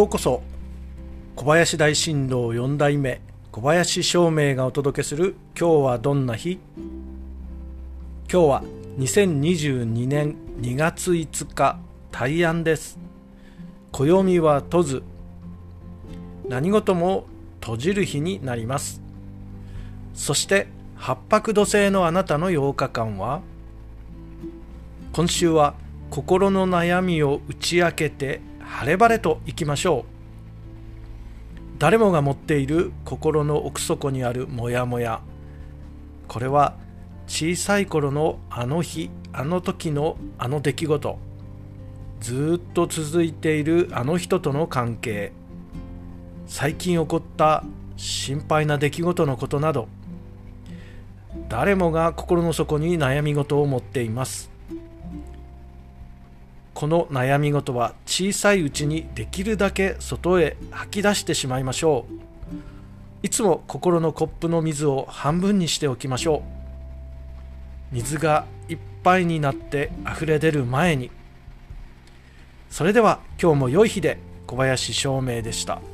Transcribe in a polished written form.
ようこそ。小林大震動4代目小林照明がお届けする今日はどんな日。今日は2022年2月5日大安です。暦は閉ず、何事も閉じる日になります。そして八白土星のあなたの8日間は、今週は心の悩みを打ち明けて晴れ晴れといきましょう。誰もが持っている心の奥底にあるモヤモヤ、これは小さい頃のあの日あの時のあの出来事、ずっと続いているあの人との関係、最近起こった心配な出来事のことなど、誰もが心の底に悩み事を持っています。この悩み事は小さいうちにできるだけ外へ吐き出してしまいましょう。いつも心のコップの水を半分にしておきましょう。水がいっぱいになって溢れ出る前に。それでは今日も良い日で。小林照明でした。